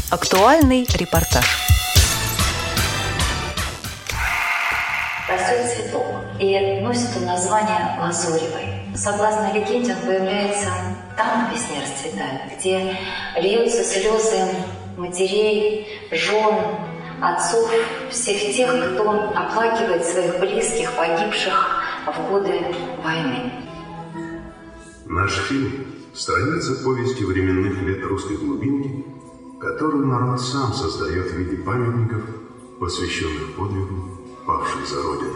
Актуальный репортаж. Растет цветок, и носит он название лазоревый. Согласно легенде, он появляется там, где весне расцветает, где льются слезы матерей, жен, отцов, всех тех, кто оплакивает своих близких, погибших в годы войны. Наш фильм – страница повести временных лет русской глубинки, которую народ сам создает в виде памятников, посвященных подвигу павших за Родину.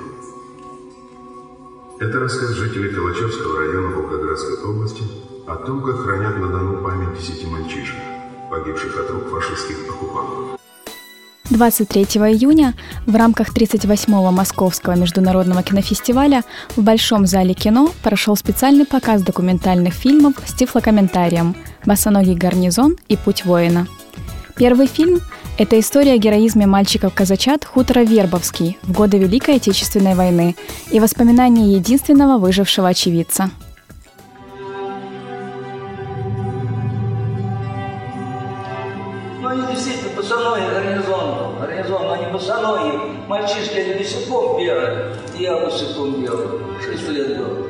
Это рассказ жителей Калачевского района Волгоградской области о том, как хранят на Дону память 10 мальчишек, погибших от рук фашистских оккупантов. 23 июня в рамках 38-го Московского международного кинофестиваля в Большом зале кино прошел специальный показ документальных фильмов с тифлокомментарием «Босоногий гарнизон» и «Путь воина». Первый фильм – это история о героизме мальчиков-казачат хутора Вербовский в годы Великой Отечественной войны и воспоминания единственного выжившего очевидца. Ну, они действительно босоногий гарнизон, но не босоногий. Мальчишки, они босиком бегали, и я босиком бегал, 6 лет был.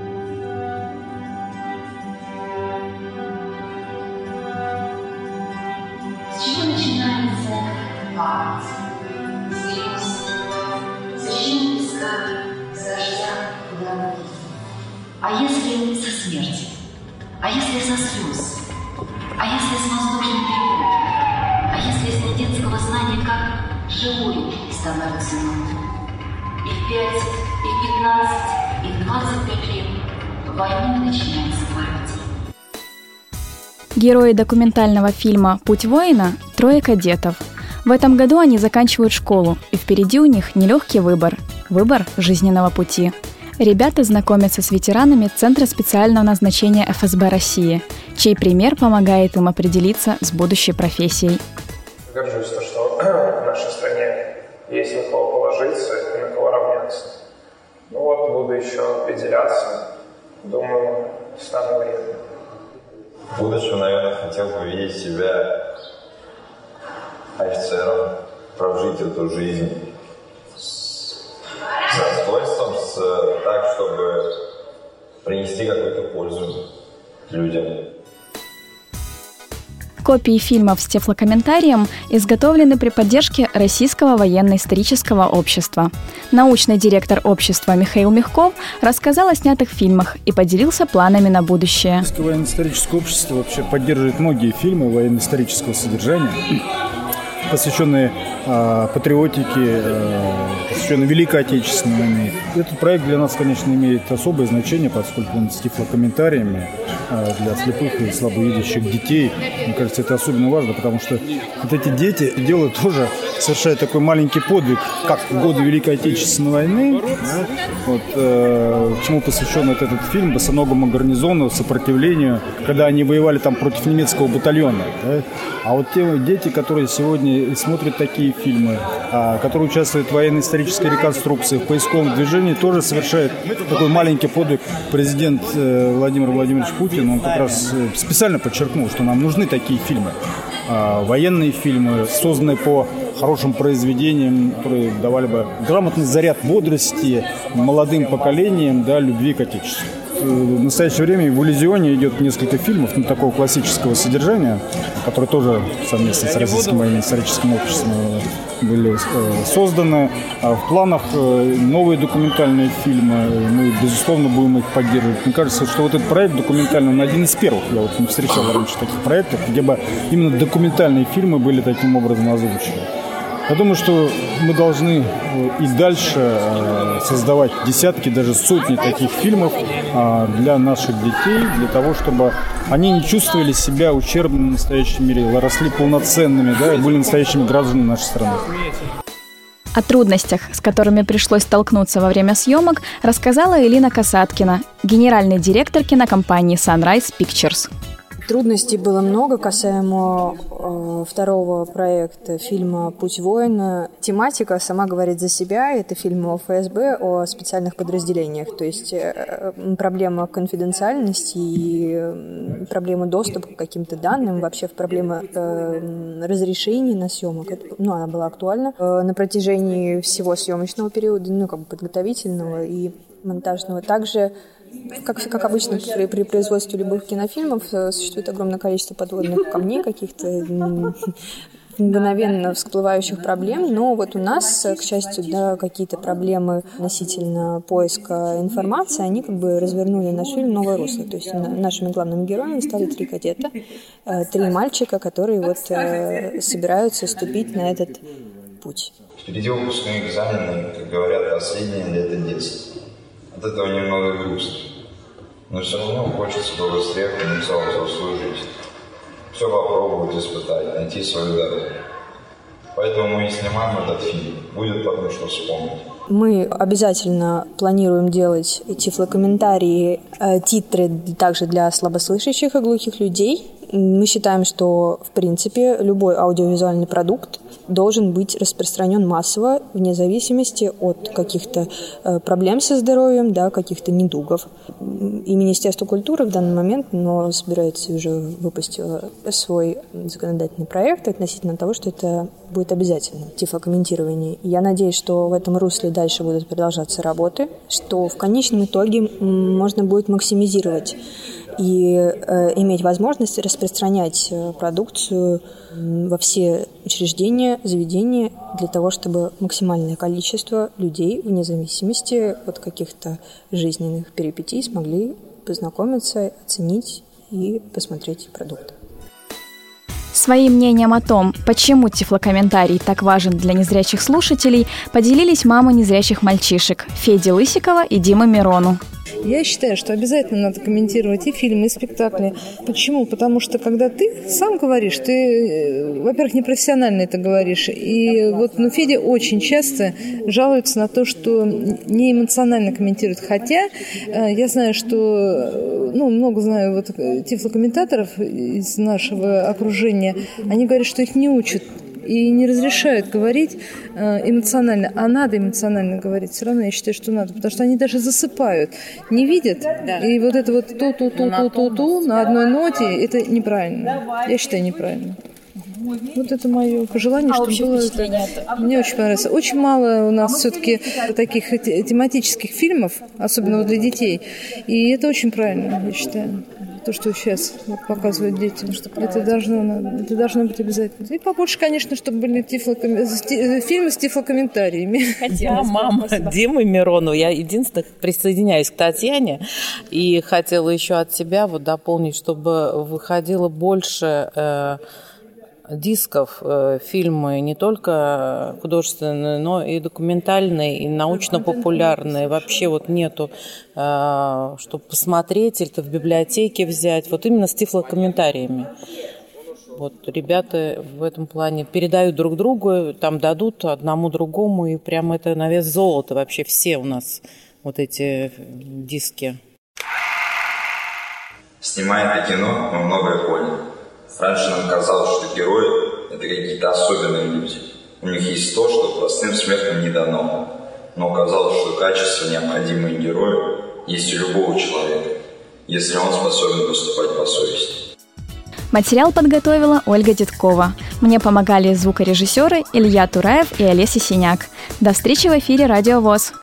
С чего начинается память, слез? Зачем искать с дождя воды? А если со смерти? А если со слез? А если с воздушной тревоги? А если с недетского знания, как живой становится ночью? И в 5, и в 15, и в 25 лет войной начинается память. Герои документального фильма «Путь воина» – 3 кадетов. В этом году они заканчивают школу, и впереди у них нелегкий выбор – выбор жизненного пути. Ребята знакомятся с ветеранами Центра специального назначения ФСБ России, чей пример помогает им определиться с будущей профессией. Горжусь, что в нашей стране есть на кого положиться и на кого равняться. Ну вот, буду еще определяться, думаю, стану военным. В будущем, наверное, хотел бы видеть себя офицером, прожить эту жизнь с достоинством, так, чтобы принести какую-то пользу людям. Копии фильмов с тифлокомментарием изготовлены при поддержке Российского военно-исторического общества. Научный директор общества Михаил Мягков рассказал о снятых фильмах и поделился планами на будущее. Российское военно-историческое общество вообще поддерживает многие фильмы военно-исторического содержания, посвященные патриотике, посвященные Великой Отечественной войне. Этот проект для нас, конечно, имеет особое значение, поскольку он с тифлокомментариями для слепых и слабовидящих детей. Мне кажется, это особенно важно, потому что вот эти дети делают тоже, совершают такой маленький подвиг, как в годы Великой Отечественной войны. Да? Вот, чему посвящен вот этот фильм «Босоногому гарнизону», сопротивлению, когда они воевали там против немецкого батальона. Да? А вот те дети, которые сегодня смотрят такие фильмы, которые участвуют в военно-исторической реконструкции, в поисковом движении, тоже совершают такой маленький подвиг. Президент Владимир Владимирович Путин, он как раз специально подчеркнул, что нам нужны такие фильмы. Военные фильмы, созданные по хорошим произведениям, которые давали бы грамотный заряд бодрости молодым поколениям, да, любви к Отечеству. В настоящее время в «Иллюзионе» идет несколько фильмов такого классического содержания, которые тоже совместно с Российским военно-историческим обществом были созданы. В планах новые документальные фильмы, мы, безусловно, будем их поддерживать. Мне кажется, что вот этот проект документальный, он один из первых. Я вот не встречал раньше таких проектов, где бы именно документальные фильмы были таким образом озвучены. Я думаю, что мы должны и дальше создавать десятки, даже сотни таких фильмов для наших детей, для того, чтобы они не чувствовали себя ущербными в настоящем мире, росли полноценными, да, и были настоящими гражданами нашей страны. О трудностях, с которыми пришлось столкнуться во время съемок, рассказала Элина Касаткина, генеральный директор кинокомпании Sunrise Pictures. Трудностей было много касаемо второго проекта фильма «Путь воина». Тематика сама говорит за себя. Это фильм о ФСБ, о специальных подразделениях. То есть проблема конфиденциальности и проблема доступа к каким-то данным, вообще проблема разрешений на съемок. Она была актуальна на протяжении всего съемочного периода, подготовительного и монтажного. Также, как обычно при производстве любых кинофильмов, существует огромное количество подводных камней, каких-то мгновенно всплывающих проблем, но вот у нас, к счастью, какие-то проблемы относительно поиска информации, они развернули наш фильм в новое русло. То есть нашими главными героями стали 3 кадета, 3 мальчика, которые собираются вступить на этот путь. Впереди выпускные экзамены, как говорят, последнее лето детства. От этого немного грустно. Но все равно хочется побыстрее окунуться во взрослую жизнь. Все попробовать, испытать, найти свою дорогу. Поэтому мы и снимаем этот фильм. Будет потом что вспомнить. Мы обязательно планируем делать тифлокомментарии, титры также для слабослышащих и глухих людей. Мы считаем, что, в принципе, любой аудиовизуальный продукт должен быть распространен массово, вне зависимости от каких-то проблем со здоровьем, каких-то недугов. И Министерство культуры в данный момент собирается уже выпустить свой законодательный проект относительно того, что это будет обязательно, тифлокомментирование. И я надеюсь, что в этом русле дальше будут продолжаться работы, что в конечном итоге можно будет максимизировать и иметь возможность распространять продукцию во все учреждения, заведения для того, чтобы максимальное количество людей, вне зависимости от каких-то жизненных перипетий, смогли познакомиться, оценить и посмотреть продукты. Своим мнением о том, почему тифлокомментарий так важен для незрячих слушателей, поделились мамы незрячих мальчишек Феди Лысикова и Димы Мирону. Я считаю, что обязательно надо комментировать и фильмы, и спектакли. Почему? Потому что когда ты сам говоришь, ты, во-первых, непрофессионально это говоришь. И Федя очень часто жалуется на то, что не эмоционально комментирует. Хотя я знаю, что, много знаю тифлокомментаторов из нашего окружения, они говорят, что их не учат и не разрешают говорить эмоционально, а надо эмоционально говорить. Все равно я считаю, что надо, потому что они даже засыпают, не видят, и это ту-ту-ту-ту-ту-ту на одной ноте, это неправильно. Я считаю, неправильно. Это мое пожелание, чтобы было это. Мне очень понравилось. Очень мало у нас все-таки таких тематических фильмов, особенно для детей, и это очень правильно, я считаю. То, что сейчас показывают детям, это должно быть обязательно. И побольше, конечно, чтобы были фильмы с тифлокомментариями. Я мама Димы Мирону. Я единственное присоединяюсь к Татьяне. И хотела еще от себя дополнить, чтобы выходило больше дисков, фильмы не только художественные, но и документальные, и научно-популярные. Вообще нету, чтобы посмотреть или в библиотеке взять. Именно с тифлокомментариями. Ребята в этом плане передают друг другу, там дадут одному другому, и прямо это на вес золота. Вообще все у нас эти диски. Снимая это кино, мы многое поняли. Раньше нам казалось, что герои – это какие-то особенные люди. У них есть то, что простым смертным не дано. Но оказалось, что качества, необходимые герою, есть у любого человека, если он способен поступать по совести. Материал подготовила Ольга Деткова. Мне помогали звукорежиссеры Илья Тураев и Олеся Синяк. До встречи в эфире Радио ВОС.